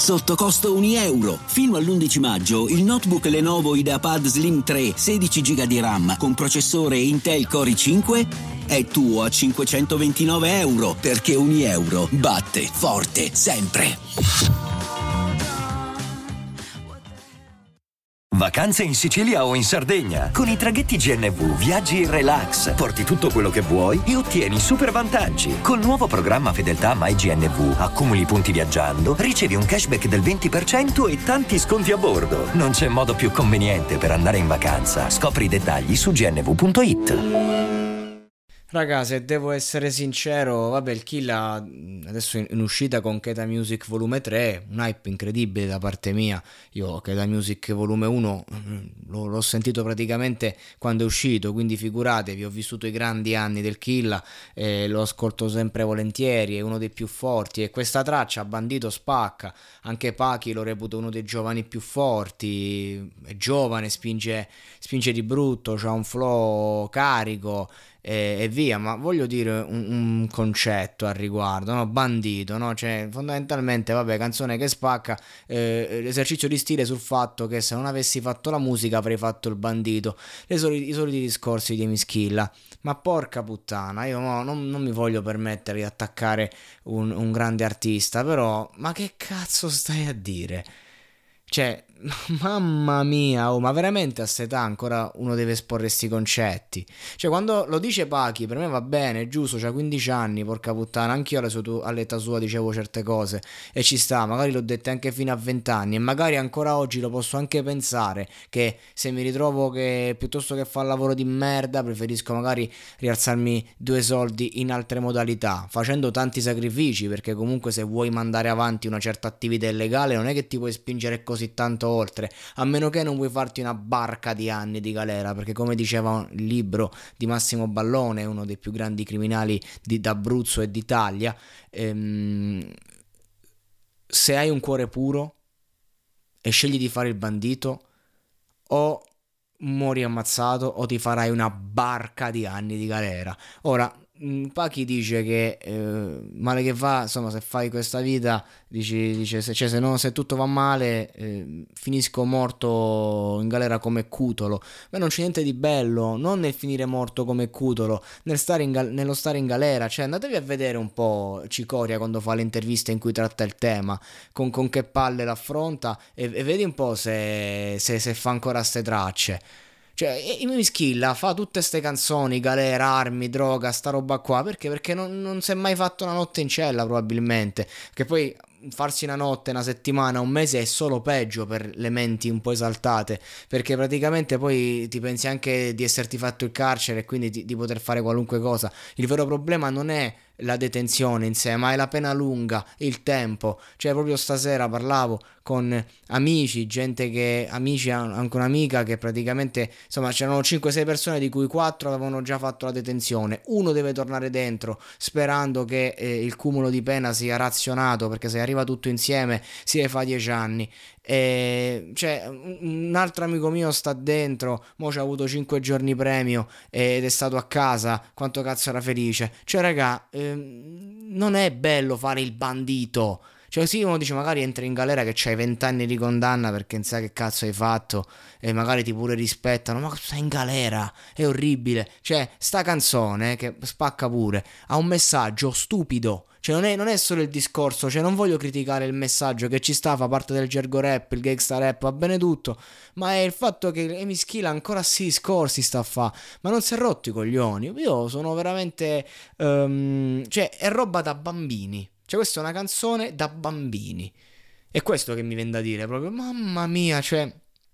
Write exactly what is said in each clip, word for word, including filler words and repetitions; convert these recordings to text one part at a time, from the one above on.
sotto costo un euro. Fino all'undici maggio il notebook Lenovo IdeaPad Slim tre sedici giga di RAM con processore Intel Core i cinque è tuo a cinquecentoventinove euro, perché un euro batte forte sempre. Vacanze in Sicilia o in Sardegna. Con i traghetti G N V viaggi in relax, porti tutto quello che vuoi e ottieni super vantaggi. Col nuovo programma Fedeltà MyGNV accumuli punti viaggiando, ricevi un cashback del venti per cento e tanti sconti a bordo. Non c'è modo più conveniente per andare in vacanza. Scopri i dettagli su g n v punto i t. Raga, se devo essere sincero, vabbè, il Killa adesso è in uscita con Keta Music volume tre, un hype incredibile da parte mia. Io Keta Music volume uno l'ho, l'ho sentito praticamente quando è uscito, quindi figuratevi, ho vissuto i grandi anni del Killa, eh, lo ascolto sempre volentieri, è uno dei più forti e questa traccia, Bandito, spacca. Anche Pachi lo reputo uno dei giovani più forti, è giovane, spinge, spinge di brutto, c'ha un flow carico e, e via, ma voglio dire un, un concetto al riguardo, no? Bandito, no? Cioè, fondamentalmente, vabbè, canzone che spacca, eh, l'esercizio di stile sul fatto che se non avessi fatto la musica avrei fatto il bandito, Le soli, i soliti discorsi di Emischilla. Ma porca puttana, io no, non, non mi voglio permettere di attaccare un, un grande artista, però, ma che cazzo stai a dire? Cioè, mamma mia, oh, ma veramente a st'età ancora uno deve esporre sti concetti? Cioè, quando lo dice Pachi, per me va bene, è giusto, c'ha quindici anni, porca puttana, anch'io alle sue- all'età sua dicevo certe cose, e ci sta, magari l'ho dette anche fino a venti anni, e magari ancora oggi lo posso anche pensare, che se mi ritrovo che piuttosto che fare lavoro di merda, preferisco magari rialzarmi due soldi in altre modalità, facendo tanti sacrifici, perché comunque se vuoi mandare avanti una certa attività illegale non è che ti puoi spingere così tanto oltre, a meno che non vuoi farti una barca di anni di galera, perché come diceva il libro di Massimo Ballone, uno dei più grandi criminali di, d'Abruzzo e d'Italia, ehm, se hai un cuore puro e scegli di fare il bandito, o muori ammazzato o ti farai una barca di anni di galera. Ora, Pachi dice che eh, male che va, insomma, se fai questa vita, dici, dice, se, cioè, se, no, se tutto va male, eh, finisco morto in galera come Cutolo. Ma non c'è niente di bello, non nel finire morto come Cutolo, nel stare in gal- nello stare in galera. Cioè, andatevi a vedere un po' Cicoria quando fa le interviste in cui tratta il tema, con, con che palle l'affronta, e, e vedi un po' se, se, se fa ancora ste tracce. Cioè, i Mischilla fa tutte ste canzoni, galera, armi, droga, sta roba qua, perché? Perché non, non si è mai fatto una notte in cella, probabilmente, che poi farsi una notte, una settimana, un mese è solo peggio per le menti un po' esaltate, perché praticamente poi ti pensi anche di esserti fatto il carcere e quindi di, di poter fare qualunque cosa. Il vero problema non è la detenzione in sé, ma è la pena lunga, il tempo. Cioè, proprio stasera parlavo con amici, gente che, amici, anche un'amica che praticamente, insomma, c'erano cinque sei persone di cui quattro avevano già fatto la detenzione, uno deve tornare dentro sperando che eh, il cumulo di pena sia razionato, perché se arriva tutto insieme si fa dieci anni. E, cioè, un altro amico mio sta dentro, mo c'ha avuto cinque giorni premio ed è stato a casa, quanto cazzo era felice. Cioè, raga, ehm, non è bello fare il bandito. Cioè, sì, uno dice magari entri in galera che c'hai venti anni di condanna perché non sai che cazzo hai fatto e magari ti pure rispettano, ma stai in galera, è orribile. Cioè, sta canzone, che spacca pure, ha un messaggio stupido. Cioè, non è, non è solo il discorso, cioè non voglio criticare il messaggio che ci sta, fa parte del gergo rap, il gangsta rap, va bene tutto, ma è il fatto che Amy Schilla ancora sì discorsi sta a fa, ma non si è rotto i coglioni. Io sono veramente, um, cioè, è roba da bambini. Cioè, questa è una canzone da bambini. È questo che mi viene da dire, proprio, mamma mia, cioè,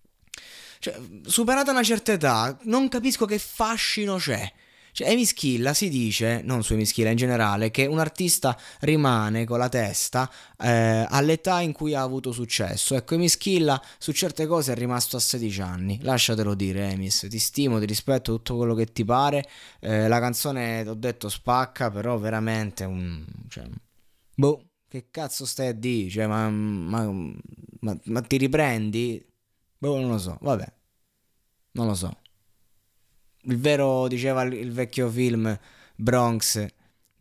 cioè superata una certa età, non capisco che fascino c'è. Cioè, Amy Schilla si dice, non su Amy Schilla in generale, che un artista rimane con la testa eh, all'età in cui ha avuto successo. Ecco, Amy Schilla su certe cose è rimasto a sedici anni. Lasciatelo dire, Emis, ti stimo, ti rispetto, tutto quello che ti pare. Eh, la canzone, t'ho detto, spacca, però veramente un... Cioè, boh, che cazzo stai a dire? Cioè, ma, ma, ma, ma ti riprendi? Boh, non lo so, vabbè, non lo so. Il vero, diceva il, il vecchio film Bronx,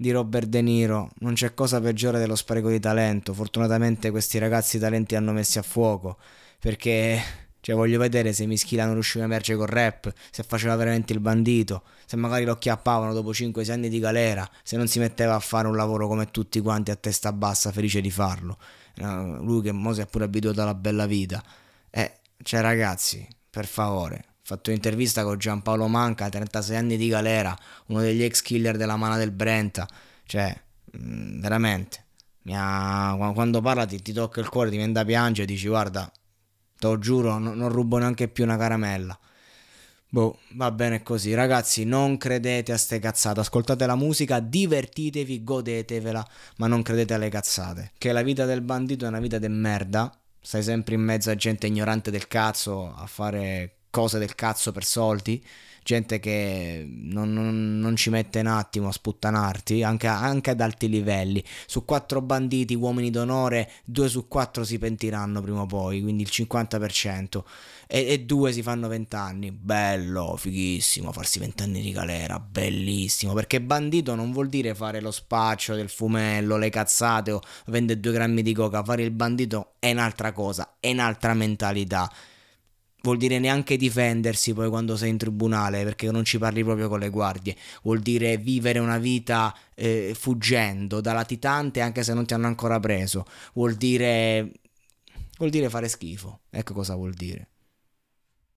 di Robert De Niro. Non c'è cosa peggiore dello spreco di talento. Fortunatamente questi ragazzi talenti hanno messi a fuoco, perché cioè voglio vedere se Mischila non riusciva a emergere col rap, se faceva veramente il bandito, se magari lo acchiappavano dopo cinque sei anni di galera, se non si metteva a fare un lavoro come tutti quanti a testa bassa, felice di farlo. Uh, lui che mo si è pure abituato alla bella vita. Eh, cioè ragazzi, per favore, ho fatto un'intervista con Giampaolo Manca, trentasei anni di galera, uno degli ex killer della Mana del Brenta, cioè mh, veramente mi ha... quando parla ti, ti tocca il cuore, ti viene da piangere, dici guarda, te lo giuro, no, non rubo neanche più una caramella. Boh, va bene così, ragazzi, non credete a ste cazzate, ascoltate la musica, divertitevi, godetevela, ma non credete alle cazzate, che la vita del bandito è una vita de merda, stai sempre in mezzo a gente ignorante del cazzo, a fare cose del cazzo per soldi, gente che non, non, non ci mette un attimo a sputtanarti, anche, anche ad alti livelli. Su quattro banditi, uomini d'onore, due su quattro si pentiranno prima o poi, quindi il cinquanta per cento, e, e due si fanno vent'anni. Bello, fighissimo, farsi vent'anni di galera, bellissimo, perché bandito non vuol dire fare lo spaccio del fumello, le cazzate o vendere due grammi di coca. Fare il bandito è un'altra cosa, è un'altra mentalità. Vuol dire neanche difendersi poi quando sei in tribunale, perché non ci parli proprio con le guardie. Vuol dire vivere una vita eh, fuggendo da latitante anche se non ti hanno ancora preso. Vuol dire... vuol dire fare schifo. Ecco cosa vuol dire.